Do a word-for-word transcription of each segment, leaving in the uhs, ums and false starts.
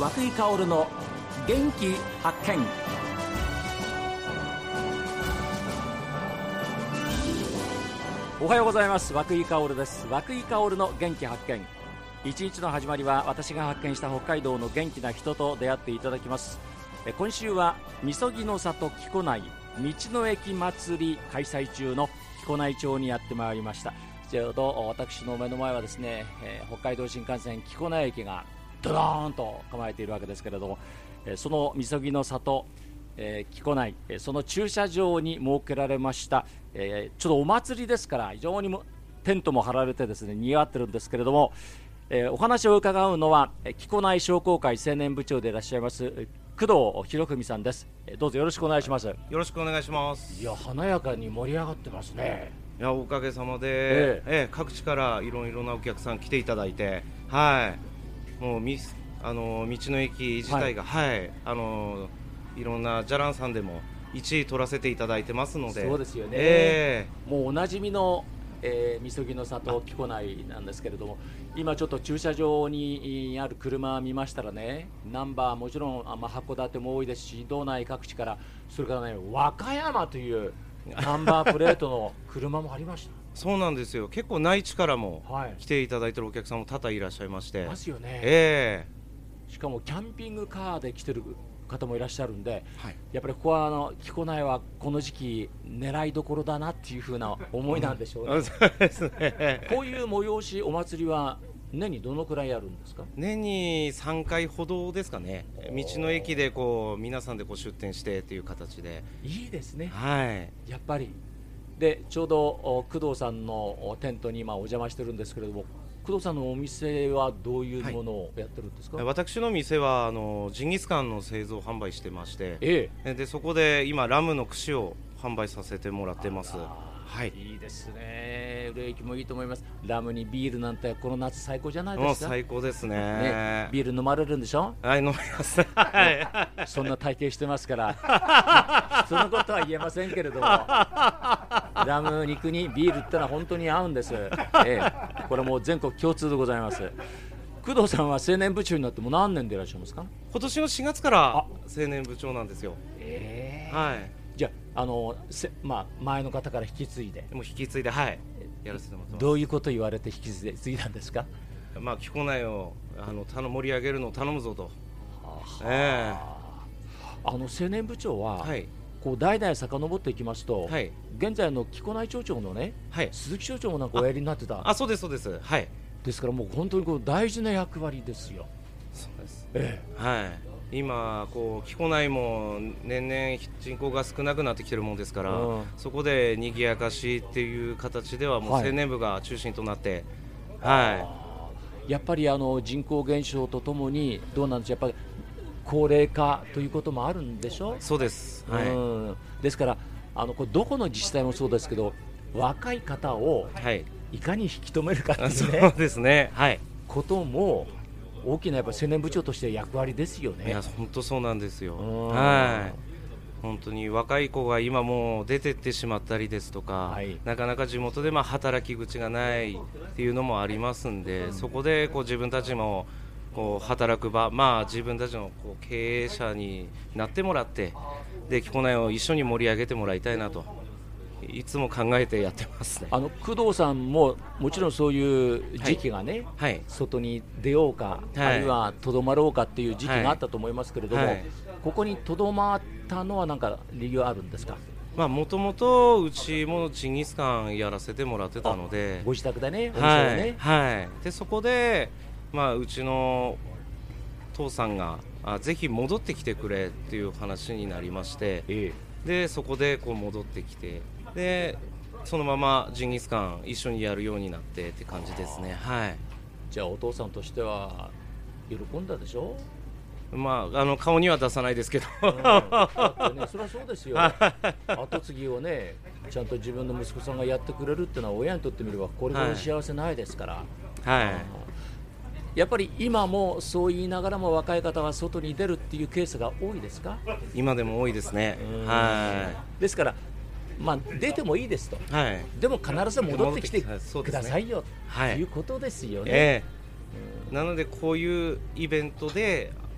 涌井薫の元気発見。おはようございます。涌井薫です。涌井薫の元気発見。一日の始まりは私が発見した北海道の元気な人と出会っていただきます。え今週はみそぎの里木古内道の駅祭り開催中の木古内町にやってまいりました。ちょうど私の目の前はですね、えー、北海道新幹線木古内駅がドドーンと構えているわけですけれども、えー、そのみそぎの里、えー、木古内、えー、その駐車場に設けられました、えー、ちょっとお祭りですから非常にもテントも張られてですね賑わってるんですけれども、えー、お話を伺うのは木古内商工会青年部長でいらっしゃいます工藤博文さんです。どうぞよろしくお願いします。よろしくお願いします。 いや華やかに盛り上がってますね。 いやおかげさまで、 ええええ、各地からいろいろなお客さん来ていただいて、はい、もうみあの道の駅自体が、はい、はい、あのいろんなじゃらんさんでもいちい取らせていただいてますので。 そうですよね、 ええ、 もうおなじみの、えー、みそぎの里木古内なんですけれども、今ちょっと駐車場にある車を見ましたらね、ナンバーもちろん、まあ、函館も多いですし道内各地から、それからね和歌山というナンバープレートの車もありました。 そうなんですよ。結構内地からも来ていただいているお客さんも多々いらっしゃいまして、 はい、ますよね、 えー、しかもキャンピングカーで来てる方もいらっしゃるんで、 はい、 やっぱりここはあの木古内はこの時期狙いどころだなっていう風な思いなんでしょうね、うん、 そうですね。 こういう催しお祭りは年にどのくらいやるんですか？ 年にさんかいほどですかね。道の駅でこう皆さんでこう出店してっていう形で。いいですね、 はい、 やっぱりでちょうど工藤さんのテントに今お邪魔してるんですけれども、工藤さんのお店はどういうものをやってるんですか？ はい、私の店はあのジンギスカンの製造販売してまして、 ええ、でそこで今ラムの串を販売させてもらってます。はい、 いいですね。売れ行きもいいと思います。ラムにビールなんてこの夏最高じゃないですか？ もう最高です ね, ね。ビール飲まれるんでしょ？ はい、飲みます。 そんな体型してますからそのことは言えませんけれども、ラム肉にビールってのは本当に合うんです、ええ、これもう全国共通でございます。工藤さんは青年部長になってもう何年でいらっしゃいますか？ 今年のしがつから青年部長なんですよ。 えー、 はい。 じゃあ、あのせ、まあ、前の方から引き継いでもう引き継いで、はい、やらせてもらってます。どういうこと言われて引き継いだんですか？ まあ、木古内をあの盛り上げるのを頼むぞと。 はえー、あの青年部長は、はい、こう代々遡っていきますと、はい、現在の木古内町長のね、はい、鈴木町長もなんかおやりになってた。 ああ、そうですそうです、はい、 ですからもう本当にこう大事な役割ですよ。 そうです、 ええ、 はい、今こう木古内も年々人口が少なくなってきてるもんですから、うん、そこで賑やかしっていう形ではもう青年部が中心となって、はいはい、 やっぱりあの人口減少とともにどうなんでしょう、やっぱり高齢化ということもあるんでしょ？ そうです、はい、うん、 ですからあのこれどこの自治体もそうですけど、若い方をいかに引き止めるかっていうね、 そうですね、はい、 ことも大きなやっぱ青年部長として役割ですよね。 いや本当そうなんですよ。はい、本当に若い子が今もう出てってしまったりですとか、はい、なかなか地元でまあ働き口がないっていうのもありますんで、うん、そこでこう自分たちもこう働く場、まあ、自分たちのこう経営者になってもらって、で木古内を一緒に盛り上げてもらいたいなといつも考えてやってますね。 あの工藤さんももちろんそういう時期がね、はいはい、外に出ようか、はい、あるいはとどまろうかっていう時期があったと思いますけれども、はい、ここにとどまったのは何か理由あるんですか？ もともとうちもジンギスカンやらせてもらってたので、 ご自宅でね、お店をね、 はいはい、でそこで、まあ、うちの父さんがあぜひ戻ってきてくれっていう話になりまして、ええ、でそこでこう戻ってきて、でそのままジンギスカン一緒にやるようになってって感じですね。はい、 じゃあお父さんとしては喜んだでしょ？ まあ、あの顔には出さないですけど、 うん、だってね、それはそうですよ後継ぎをねちゃんと自分の息子さんがやってくれるっていうのは親にとってみればこれほど幸せないですから、 はいはい、 やっぱり今もそう言いながらも若い方は外に出るっていうケースが多いですか？ 今でも多いですね。はい、 ですからまあ、出てもいいですと、はい、でも必ず戻ってきてくださいよということですよね。 えー、なのでこういうイベントで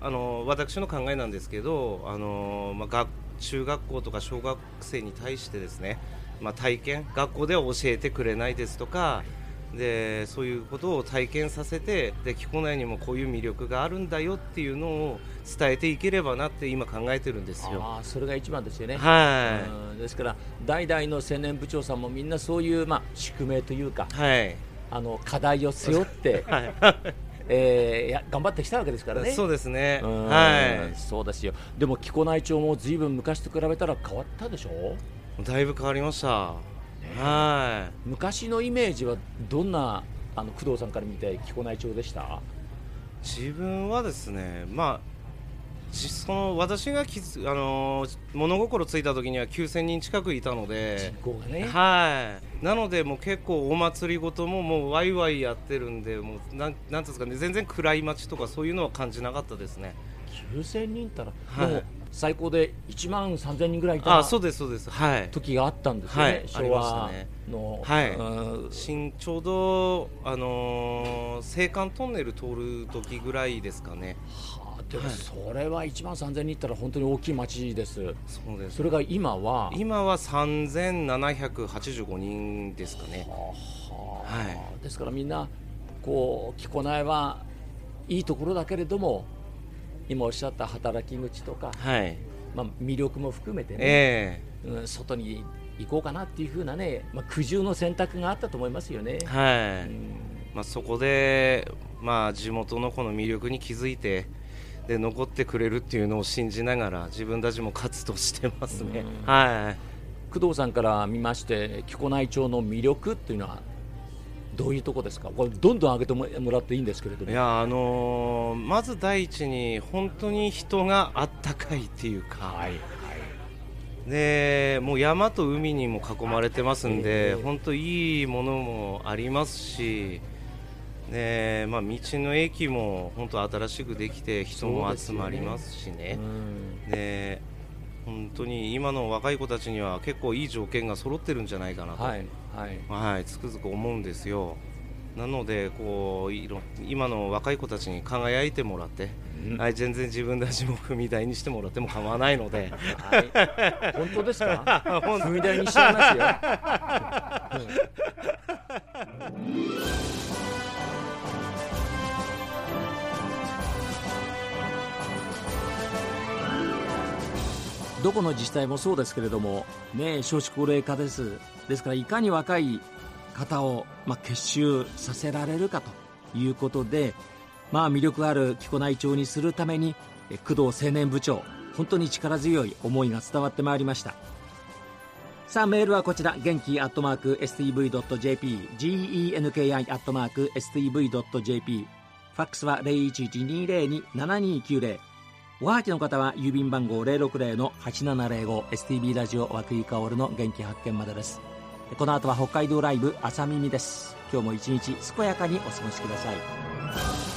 あの私の考えなんですけど、あの、まあ、学中学校とか小学生に対してですね、まあ、体験学校では教えてくれないですとかで、そういうことを体験させて、で木古内にもこういう魅力があるんだよっていうのを伝えていければなって今考えてるんですよ。 あ、それが一番ですよね。 はい、 うん、ですから代々の青年部長さんもみんなそういう、まあ、宿命というか、 はい、 あの課題を背負って、はい、えー、や頑張ってきたわけですからね。 そうですね、はい、 そうですよ。でも木古内町もずいぶん昔と比べたら変わったでしょ。 だいぶ変わりました。はい、 昔のイメージはどんな、あの工藤さんから見て木古内町でした？ 自分はですね、まあ、その私がき、あのー、物心ついた時にはきゅうせんにん近くいたので、 人口がね、 はい、なのでもう結構お祭りごとももうワイワイやってるんで、もうなん、なんていうんですかね、全然暗い街とかそういうのは感じなかったですね。 きゅうせんにんったら、 はい、 でも最高でいちまんさんぜんにんぐらいいた。 あ、そうですそうです、はい、 時があったんですよね、はい、昭和の、 はい、新ちょうど、あのー、青函トンネル通る時ぐらいですかね。 はあ、でもそれはいちまんさんぜんにんいったら本当に大きい町です。 そうです。 それが今は今はさんぜんななひゃくはちじゅうごにんですかね。 はあ、はい、ですからみんなこう木古内はいいところだけれども、今おっしゃった働き口とか、 はい、 まあ、魅力も含めてね、 えーうん、外に行こうかなっていう風なね、まあ、苦渋の選択があったと思いますよね。 はい、 うん、 まあ、そこで、まあ、地元のこの魅力に気づいてで残ってくれるっていうのを信じながら自分たちも活動してますね。うん、はい、 工藤さんから見まして木古内町の魅力っていうのはどういうとこですか？これどんどん上げてもらっていいんですけれども。 いや、あのー、まず第一に本当に人があったかいっていうか、はいはい、でもう山と海にも囲まれてますんで、えー、本当いいものもありますし、で、まあ、道の駅も本当新しくできて人も集まりますしね。で、本当に今の若い子たちには結構いい条件が揃ってるんじゃないかなと、はいはいはい、つくづく思うんですよ。なのでこういろ今の若い子たちに輝いてもらって、うん、はい、全然自分たちも踏み台にしてもらっても構わないので、 はい、本当ですか？踏み台にしちゃいますよ。どこの自治体もそうですけれども、ね、少子高齢化です。ですからいかに若い方を、まあ、結集させられるかということで、まあ、魅力ある木古内町にするために工藤青年部長、本当に力強い思いが伝わってまいりました。さあ、メールはこちら、元気アットマーク エスティーブイドットジェーピー、genki アットマーク エスティーブイドットジェーピー、ファックスは ゼロいちいちにゼロにななにきゅうゼロ、おはがきの方は郵便番号 ゼロろくゼロのはちななゼロご エスティービー ラジオ和久井薫の元気発見までです。この後は北海道ライブ朝耳です。今日も一日健やかにお過ごしください。